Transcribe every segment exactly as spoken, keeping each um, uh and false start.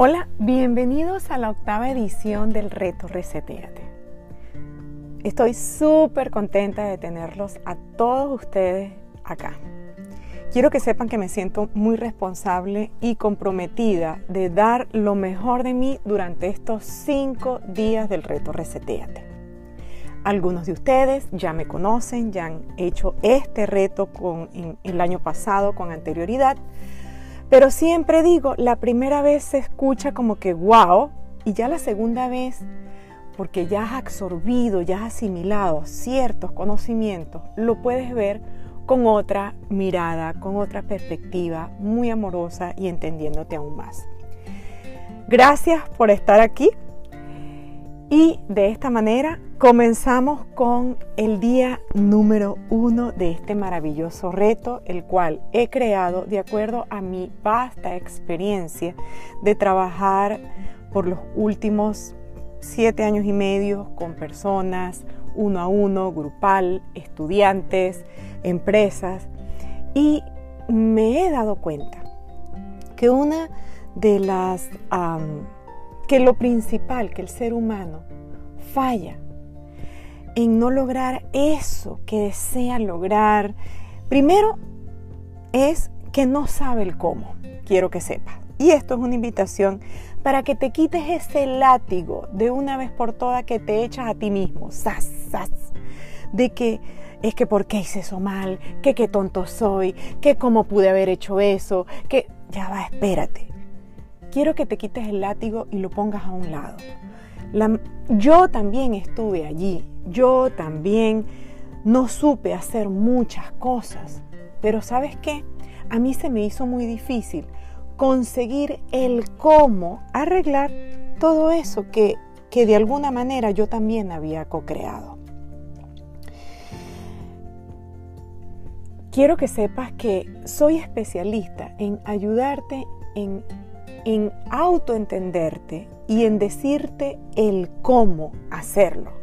Hola, bienvenidos a la octava edición del Reto Resetéate. Estoy súper contenta de tenerlos a todos ustedes acá. Quiero que sepan que me siento muy responsable y comprometida de dar lo mejor de mí durante estos cinco días del Reto Resetéate. Algunos de ustedes ya me conocen, ya han hecho este reto con, en, el año pasado con anterioridad. Pero siempre digo, la primera vez se escucha como que wow, y ya la segunda vez, porque ya has absorbido, ya has asimilado ciertos conocimientos, lo puedes ver con otra mirada, con otra perspectiva muy amorosa y entendiéndote aún más. Gracias por estar aquí y de esta manera comenzamos con el día número uno de este maravilloso reto, el cual he creado de acuerdo a mi vasta experiencia de trabajar por los últimos siete años y medio con personas, uno a uno, grupal, estudiantes, empresas, y me he dado cuenta que una de las um, que lo principal que el ser humano falla en no lograr eso que desea lograr, primero es que no sabe el cómo, quiero que sepas. Y esto es una invitación para que te quites ese látigo de una vez por todas que te echas a ti mismo, ¡zas, zas! De que es que ¿por qué hice eso mal? Que qué tonto soy, que cómo pude haber hecho eso, que ya va, espérate. Quiero que te quites el látigo y lo pongas a un lado. La, yo también estuve allí, yo también no supe hacer muchas cosas, pero ¿sabes qué? A mí se me hizo muy difícil conseguir el cómo arreglar todo eso que, que de alguna manera yo también había co-creado. Quiero que sepas que soy especialista en ayudarte en en autoentenderte y en decirte el cómo hacerlo.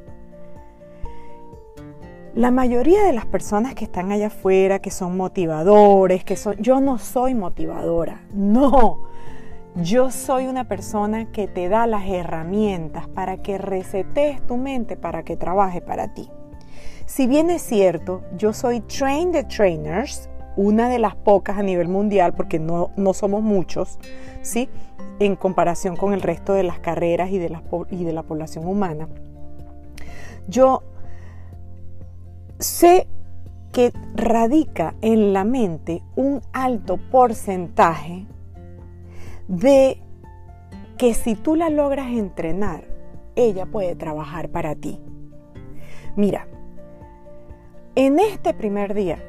La mayoría de las personas que están allá afuera, que son motivadores, que son, yo no soy motivadora, no. Yo soy una persona que te da las herramientas para que resetees tu mente, para que trabaje para ti. Si bien es cierto, yo soy Train the Trainers, una de las pocas a nivel mundial, porque no, no somos muchos, ¿sí? En comparación con el resto de las carreras y de la, y de la población humana. Yo sé que radica en la mente un alto porcentaje de que si tú la logras entrenar, ella puede trabajar para ti. Mira, en este primer día,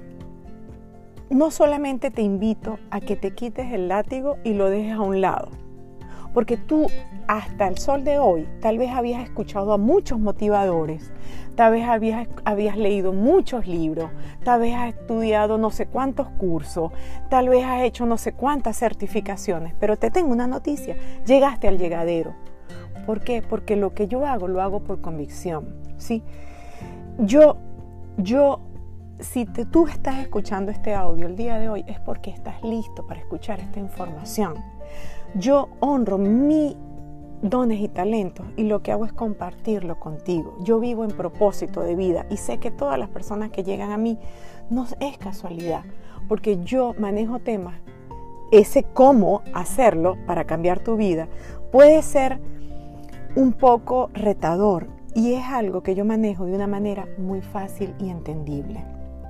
no solamente te invito a que te quites el látigo y lo dejes a un lado, porque tú hasta el sol de hoy tal vez habías escuchado a muchos motivadores, tal vez habías, habías leído muchos libros, tal vez has estudiado no sé cuántos cursos, tal vez has hecho no sé cuántas certificaciones, pero te tengo una noticia, llegaste al llegadero. ¿Por qué? Porque lo que yo hago, lo hago por convicción, ¿sí? Yo, yo Si te, tú estás escuchando este audio el día de hoy es porque estás listo para escuchar esta información. Yo honro mis dones y talentos y lo que hago es compartirlo contigo. Yo vivo en propósito de vida y sé que todas las personas que llegan a mí no es casualidad, porque yo manejo temas. Ese cómo hacerlo para cambiar tu vida puede ser un poco retador y es algo que yo manejo de una manera muy fácil y entendible.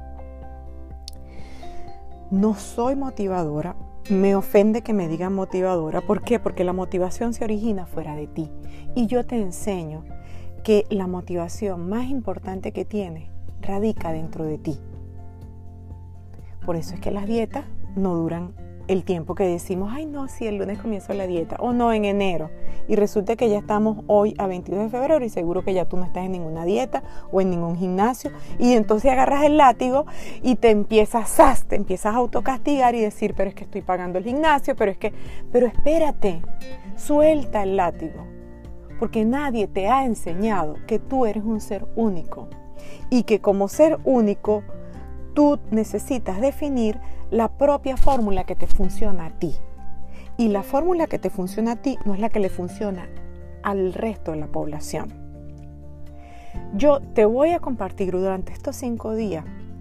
No soy motivadora, me ofende que me digan motivadora. ¿Por qué? Porque la motivación se origina fuera de ti. Y yo te enseño que la motivación más importante que tienes radica dentro de ti. Por eso es que las dietas no duran el tiempo que decimos, ay no, si el lunes comienzo la dieta, o no, en enero. Y resulta que ya estamos hoy a veintidós de febrero y seguro que ya tú no estás en ninguna dieta o en ningún gimnasio. Y entonces agarras el látigo y te empiezas, ¡zas! Te empiezas a autocastigar y decir, pero es que estoy pagando el gimnasio, pero es que, pero espérate, suelta el látigo. Porque nadie te ha enseñado que tú eres un ser único. Y que como ser único, tú necesitas definir la propia fórmula que te funciona a ti. Y la fórmula que te funciona a ti no es la que le funciona al resto de la población. Yo te voy a compartir durante estos cinco días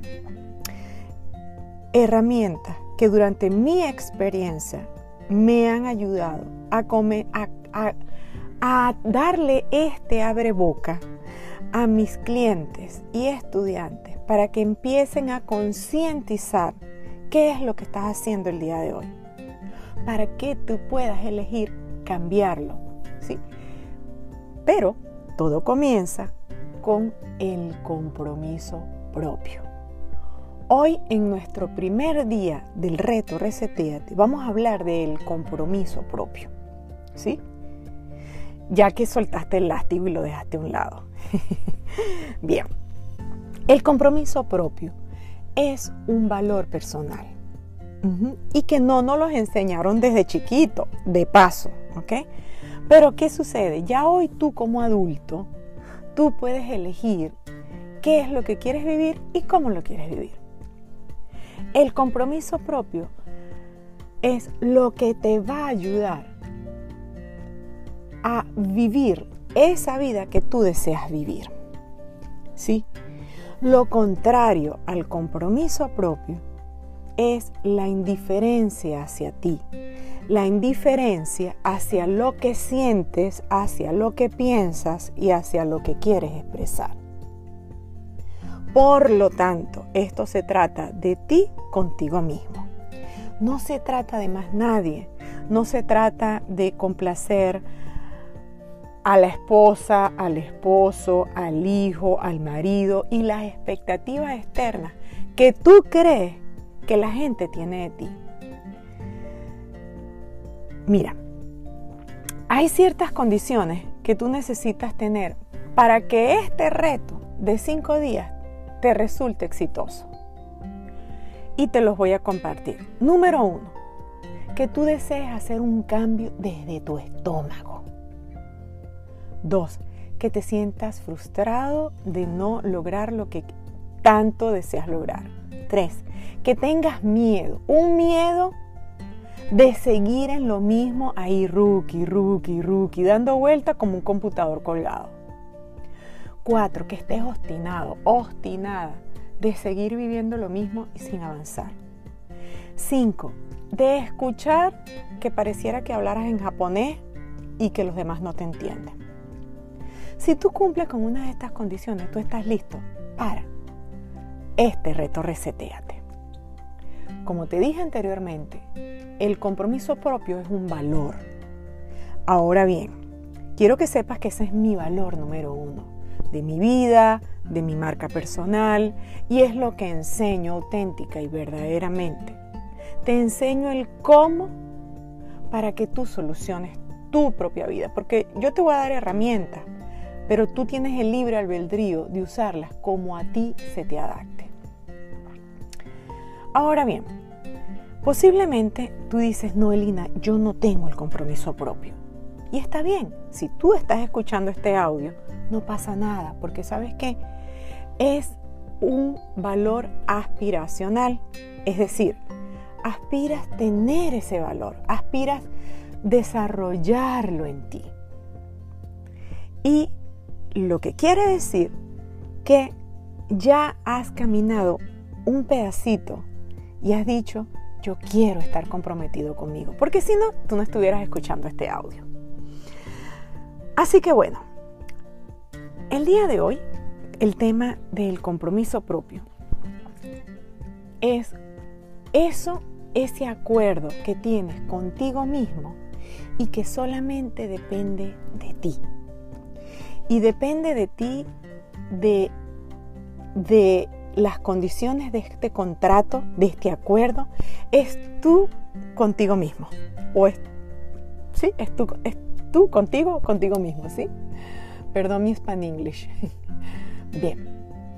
herramientas que durante mi experiencia me han ayudado a, comer, a, a, a darle este abreboca a mis clientes y estudiantes para que empiecen a concientizar qué es lo que estás haciendo el día de hoy, para que tú puedas elegir cambiarlo, ¿sí? Pero todo comienza con el compromiso propio. Hoy, en nuestro primer día del reto Resetéate, vamos a hablar del compromiso propio, ¿sí? Ya que soltaste el látigo y lo dejaste a un lado. Bien, el compromiso propio es un valor personal. Uh-huh. Y que no nos los enseñaron desde chiquito, de paso, ¿ok? Pero ¿qué sucede? Ya hoy tú como adulto, tú puedes elegir qué es lo que quieres vivir y cómo lo quieres vivir. El compromiso propio es lo que te va a ayudar a vivir esa vida que tú deseas vivir, ¿sí? Lo contrario al compromiso propio es la indiferencia hacia ti, la indiferencia hacia lo que sientes, hacia lo que piensas y hacia lo que quieres expresar. Por lo tanto, esto se trata de ti contigo mismo. No se trata de más nadie, no se trata de complacer a la esposa, al esposo, al hijo, al marido y las expectativas externas que tú crees que la gente tiene de ti. Mira, hay ciertas condiciones que tú necesitas tener para que este reto de cinco días te resulte exitoso. Y te los voy a compartir. Número uno, que tú desees hacer un cambio desde tu estómago. Dos, que te sientas frustrado de no lograr lo que tanto deseas lograr. Tres, que tengas miedo, un miedo de seguir en lo mismo ahí, rookie, rookie, rookie, dando vuelta como un computador colgado. Cuatro, que estés obstinado, obstinada de seguir viviendo lo mismo y sin avanzar. Cinco, de escuchar que pareciera que hablaras en japonés y que los demás no te entienden. Si tú cumples con una de estas condiciones, tú estás listo para este reto Resetéate. Como te dije anteriormente, el compromiso propio es un valor. Ahora bien, quiero que sepas que ese es mi valor número uno, de mi vida, de mi marca personal, y es lo que enseño auténtica y verdaderamente. Te enseño el cómo para que tú soluciones tu propia vida, porque yo te voy a dar herramientas, pero tú tienes el libre albedrío de usarlas como a ti se te adapte. Ahora bien, posiblemente tú dices, no, Elina, yo no tengo el compromiso propio. Y está bien, si tú estás escuchando este audio, no pasa nada, porque ¿sabes qué? Es un valor aspiracional, es decir, aspiras tener ese valor, aspiras desarrollarlo en ti. Y lo que quiere decir que ya has caminado un pedacito y has dicho, yo quiero estar comprometido conmigo, porque si no, tú no estuvieras escuchando este audio. Así que bueno, el día de hoy, el tema del compromiso propio es eso, ese acuerdo que tienes contigo mismo y que solamente depende de ti. Y depende de ti, de, de las condiciones de este contrato, de este acuerdo, es tú contigo mismo. O es, sí, es tú, es tú contigo, contigo mismo, ¿sí? Perdón mi Spanglish. Bien.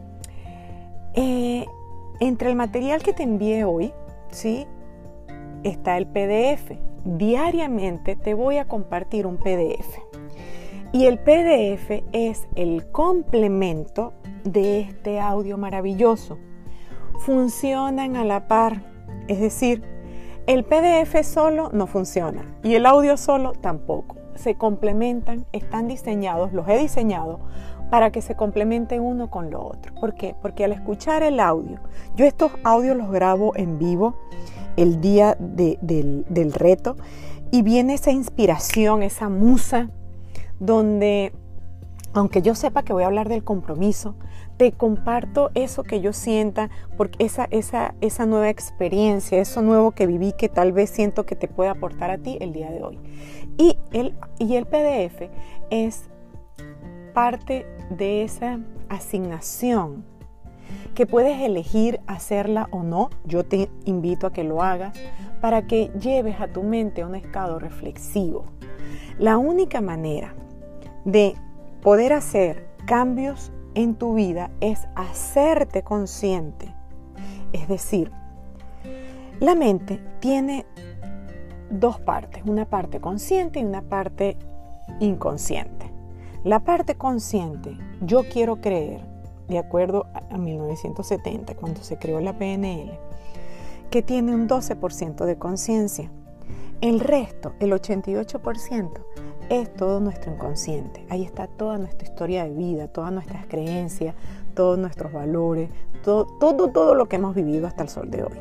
Eh, entre el material que te envié hoy, ¿sí? Está el P D F. Diariamente te voy a compartir un P D F. Y el P D F es el complemento de este audio maravilloso. Funcionan a la par, es decir, El P D F solo no funciona y el audio solo tampoco. Se complementan, están diseñados, los he diseñado para que se complementen uno con lo otro. ¿Por qué? Porque al escuchar el audio, yo estos audios los grabo en vivo el día de, del, del reto y viene esa inspiración, esa musa, donde aunque yo sepa que voy a hablar del compromiso, te comparto eso que yo sienta, porque esa, esa, esa nueva experiencia, eso nuevo que viví que tal vez siento que te puede aportar a ti el día de hoy. Y el, y el P D F es parte de esa asignación que puedes elegir hacerla o no. Yo te invito a que lo hagas para que lleves a tu mente a un estado reflexivo. La única manera de poder hacer cambios en tu vida es hacerte consciente. Es decir, la mente tiene dos partes, una parte consciente y una parte inconsciente. La parte consciente, yo quiero creer, de acuerdo a mil novecientos setenta, cuando se creó la P N L, que tiene un doce por ciento de conciencia. El resto, el ochenta y ocho por ciento, es todo nuestro inconsciente. Ahí está toda nuestra historia de vida, todas nuestras creencias, todos nuestros valores, todo, todo, todo lo que hemos vivido hasta el sol de hoy.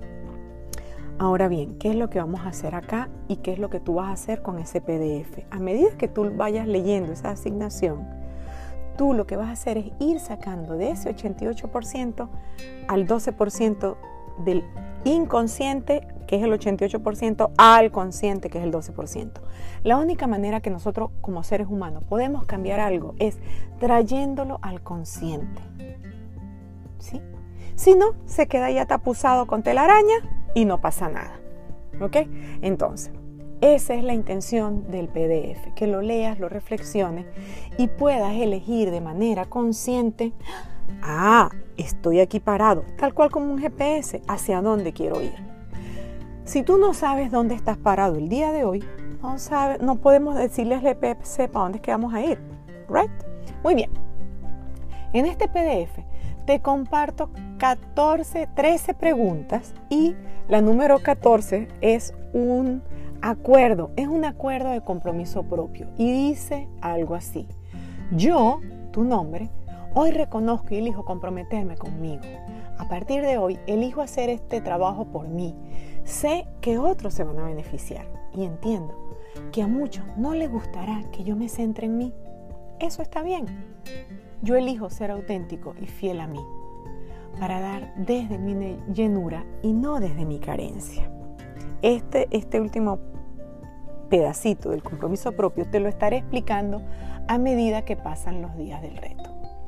Ahora bien, ¿qué es lo que vamos a hacer acá y qué es lo que tú vas a hacer con ese P D F? A medida que tú vayas leyendo esa asignación, tú lo que vas a hacer es ir sacando de ese ochenta y ocho por ciento al doce por ciento del inconsciente, que es el ochenta y ocho por ciento, al consciente, que es el doce por ciento. La única manera que nosotros como seres humanos podemos cambiar algo es trayéndolo al consciente, ¿sí? Si no, se queda ya tapuzado con telaraña y no pasa nada, ¿ok? Entonces, esa es la intención del P D F, que lo leas, lo reflexiones y puedas elegir de manera consciente. Ah, estoy aquí parado, tal cual como un G P S, hacia dónde quiero ir. Si tú no sabes dónde estás parado el día de hoy, no, sabe, no podemos decirle al G P S para dónde es que vamos a ir, ¿right? Muy bien. En este P D F te comparto catorce, trece preguntas y la número catorce es un acuerdo, es un acuerdo de compromiso propio y dice algo así: yo, tu nombre, hoy reconozco y elijo comprometerme conmigo. A partir de hoy, elijo hacer este trabajo por mí. Sé que otros se van a beneficiar y entiendo que a muchos no les gustará que yo me centre en mí. Eso está bien. Yo elijo ser auténtico y fiel a mí para dar desde mi llenura y no desde mi carencia. Este, este último pedacito del compromiso propio te lo estaré explicando a medida que pasan los días del reto.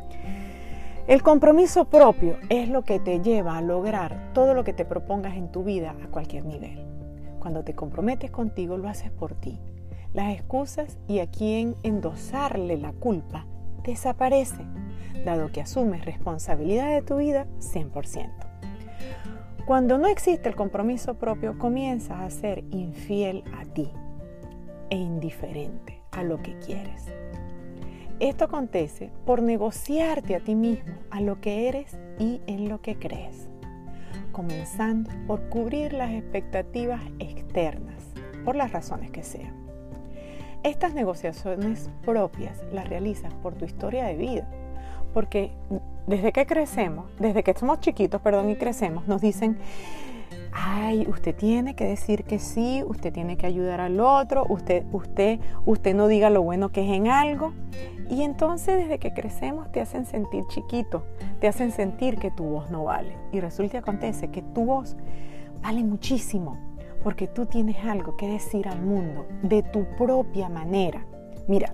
El compromiso propio es lo que te lleva a lograr todo lo que te propongas en tu vida a cualquier nivel. Cuando te comprometes contigo, lo haces por ti. Las excusas y a quien endosarle la culpa desaparece, dado que asumes responsabilidad de tu vida cien por ciento. Cuando no existe el compromiso propio, comienzas a ser infiel a ti e indiferente a lo que quieres. Esto acontece por negociarte a ti mismo, a lo que eres y en lo que crees, comenzando por cubrir las expectativas externas, por las razones que sean. Estas negociaciones propias las realizas por tu historia de vida, porque desde que crecemos, desde que somos chiquitos, perdón, y crecemos, nos dicen: ay, usted tiene que decir que sí, usted tiene que ayudar al otro, usted, usted, usted no diga lo bueno que es en algo. Y entonces desde que crecemos te hacen sentir chiquito, te hacen sentir que tu voz no vale. Y resulta y acontece que tu voz vale muchísimo, porque tú tienes algo que decir al mundo de tu propia manera. Mira,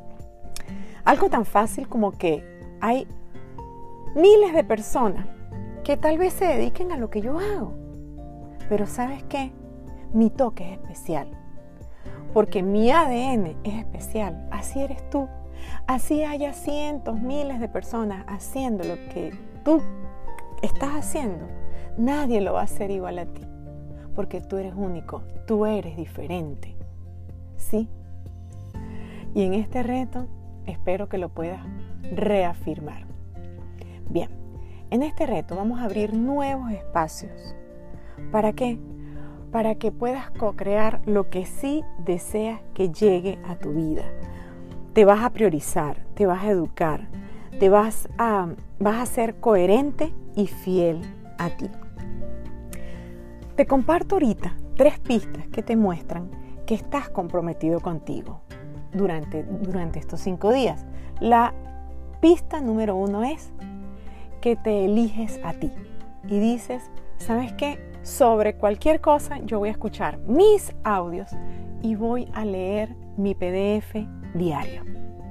algo tan fácil como que hay miles de personas que tal vez se dediquen a lo que yo hago. Pero ¿sabes qué? Mi toque es especial, porque mi A D N es especial. Así eres tú. Así haya cientos, miles de personas haciendo lo que tú estás haciendo, nadie lo va a hacer igual a ti, porque tú eres único, tú eres diferente, ¿sí? Y en este reto espero que lo puedas reafirmar. Bien, en este reto vamos a abrir nuevos espacios. ¿Para qué? para que puedas co-crear lo que sí deseas que llegue a tu vida. Te vas a priorizar, te vas a educar, te vas a, vas a ser coherente y fiel a ti. Te comparto ahorita tres pistas que te muestran que estás comprometido contigo durante, durante estos cinco días. La pista número uno es que te eliges a ti y dices, ¿sabes qué? Sobre cualquier cosa yo voy a escuchar mis audios y voy a leer mi P D F diario.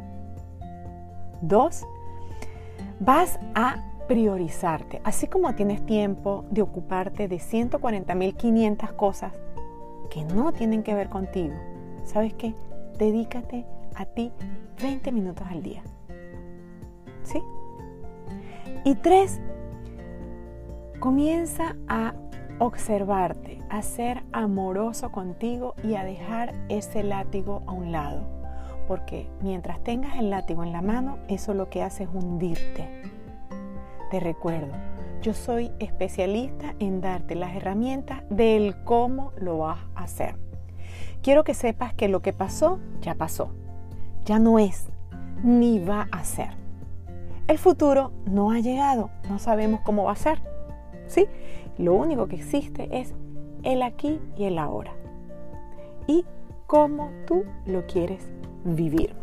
Dos, vas a priorizarte. Así como tienes tiempo de ocuparte de ciento cuarenta mil quinientas cosas que no tienen que ver contigo, ¿sabes qué? Dedícate a ti veinte minutos al día. ¿Sí? Y tres, comienza a observarte, a ser amoroso contigo y a dejar ese látigo a un lado. Porque mientras tengas el látigo en la mano, eso lo que hace es hundirte. Te recuerdo, yo soy especialista en darte las herramientas del cómo lo vas a hacer. Quiero que sepas que lo que pasó, ya pasó. Ya no es, ni va a ser. El futuro no ha llegado, no sabemos cómo va a ser. ¿Sí? Lo único que existe es el aquí y el ahora. Y cómo tú lo quieres vivir.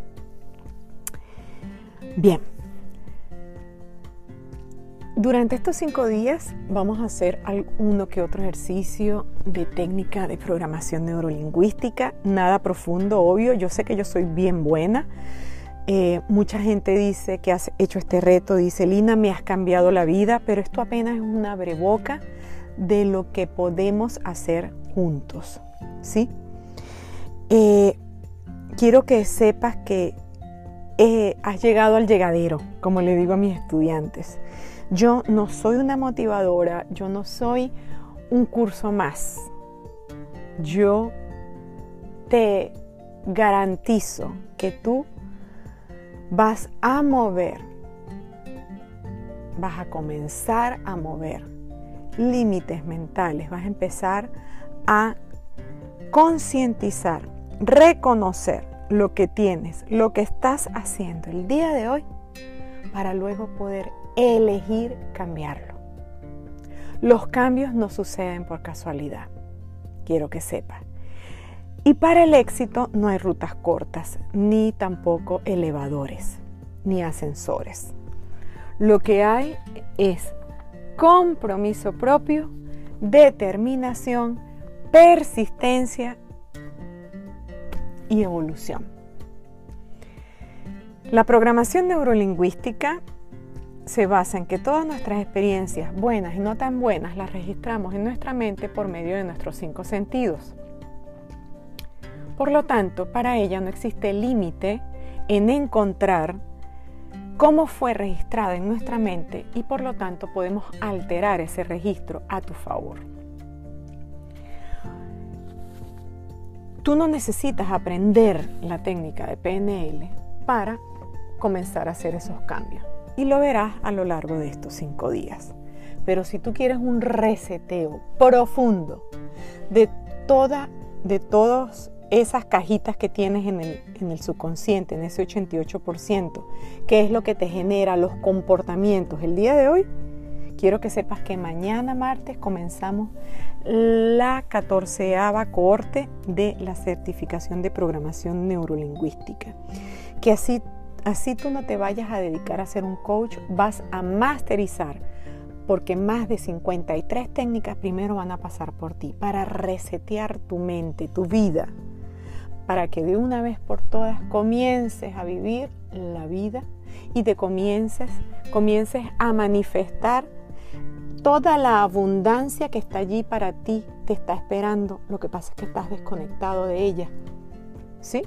Bien. Durante estos cinco días vamos a hacer uno que otro ejercicio de técnica de programación neurolingüística. Nada profundo, obvio. Yo sé que yo soy bien buena. Eh, mucha gente dice que has hecho este reto, dice, Lina, me has cambiado la vida, pero esto apenas es una abreboca de lo que podemos hacer juntos, ¿sí? Eh, quiero que sepas que eh, has llegado al llegadero, como le digo a mis estudiantes. Yo no soy una motivadora, yo no soy un curso más. Yo te garantizo que tú vas a mover, vas a comenzar a mover límites mentales, vas a empezar a concientizar, reconocer lo que tienes, lo que estás haciendo el día de hoy para luego poder elegir cambiarlo. Los cambios no suceden por casualidad, quiero que sepas. Y para el éxito no hay rutas cortas, ni tampoco elevadores, ni ascensores. Lo que hay es compromiso propio, determinación, persistencia y evolución. La programación neurolingüística se basa en que todas nuestras experiencias, buenas y no tan buenas, las registramos en nuestra mente por medio de nuestros cinco sentidos. Por lo tanto, para ella no existe límite en encontrar cómo fue registrada en nuestra mente y por lo tanto podemos alterar ese registro a tu favor. Tú no necesitas aprender la técnica de P N L para comenzar a hacer esos cambios y lo verás a lo largo de estos cinco días. Pero si tú quieres un reseteo profundo de, toda, de todos esas cajitas que tienes en el, en el subconsciente, en ese ochenta y ocho por ciento, que es lo que te genera los comportamientos el día de hoy, quiero que sepas que mañana martes comenzamos la catorceava cohorte de la certificación de programación neurolingüística. Que así, así tú no te vayas a dedicar a ser un coach, vas a masterizar, porque más de cincuenta y tres técnicas primero van a pasar por ti para resetear tu mente, tu vida, para que de una vez por todas comiences a vivir la vida y te comiences, comiences a manifestar toda la abundancia que está allí para ti, te está esperando. Lo que pasa es que estás desconectado de ella, ¿sí?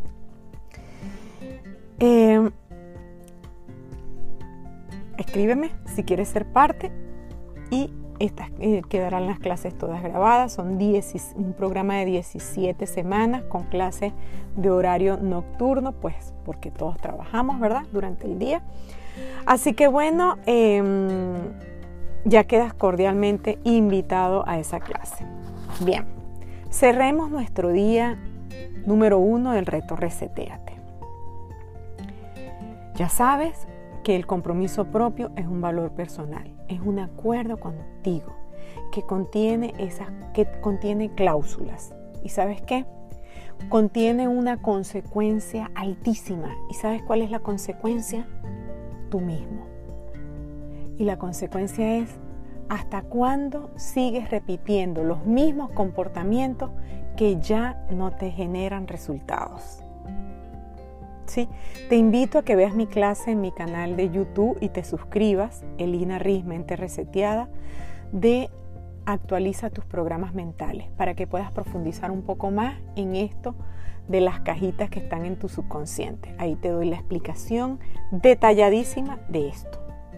Eh, escríbeme si quieres ser parte y estas, eh, quedarán las clases todas grabadas. Son diez, un programa de diecisiete semanas con clases de horario nocturno, pues porque todos trabajamos, ¿verdad?, durante el día. Así que bueno, eh, ya quedas cordialmente invitado a esa clase. Bien, Cerremos nuestro día número uno del reto Resetéate. Ya sabes que el compromiso propio es un valor personal, es un acuerdo contigo que contiene, esas, que contiene cláusulas. ¿Y sabes qué? Contiene una consecuencia altísima. ¿Y sabes cuál es la consecuencia? Tú mismo. Y la consecuencia es: ¿hasta cuándo sigues repitiendo los mismos comportamientos que ya no te generan resultados? ¿Sí? Te invito a que veas mi clase en mi canal de YouTube y te suscribas, Elina Riz, Mente Reseteada, de Actualiza tus programas mentales, para que puedas profundizar un poco más en esto de las cajitas que están en tu subconsciente. Ahí te doy la explicación detalladísima de esto.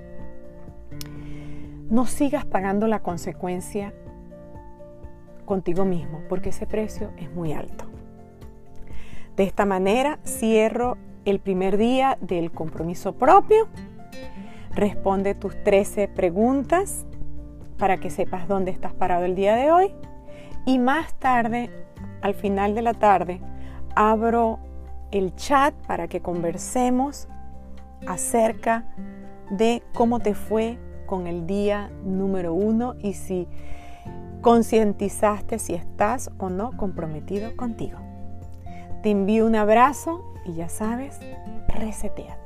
No sigas pagando la consecuencia contigo mismo, porque ese precio es muy alto. De esta manera cierro el primer día del compromiso propio. Responde tus trece preguntas para que sepas dónde estás parado el día de hoy. Y más tarde, al final de la tarde, abro el chat para que conversemos acerca de cómo te fue con el día número uno y si concientizaste si estás o no comprometido contigo. Te envío un abrazo y ya sabes, resetéate.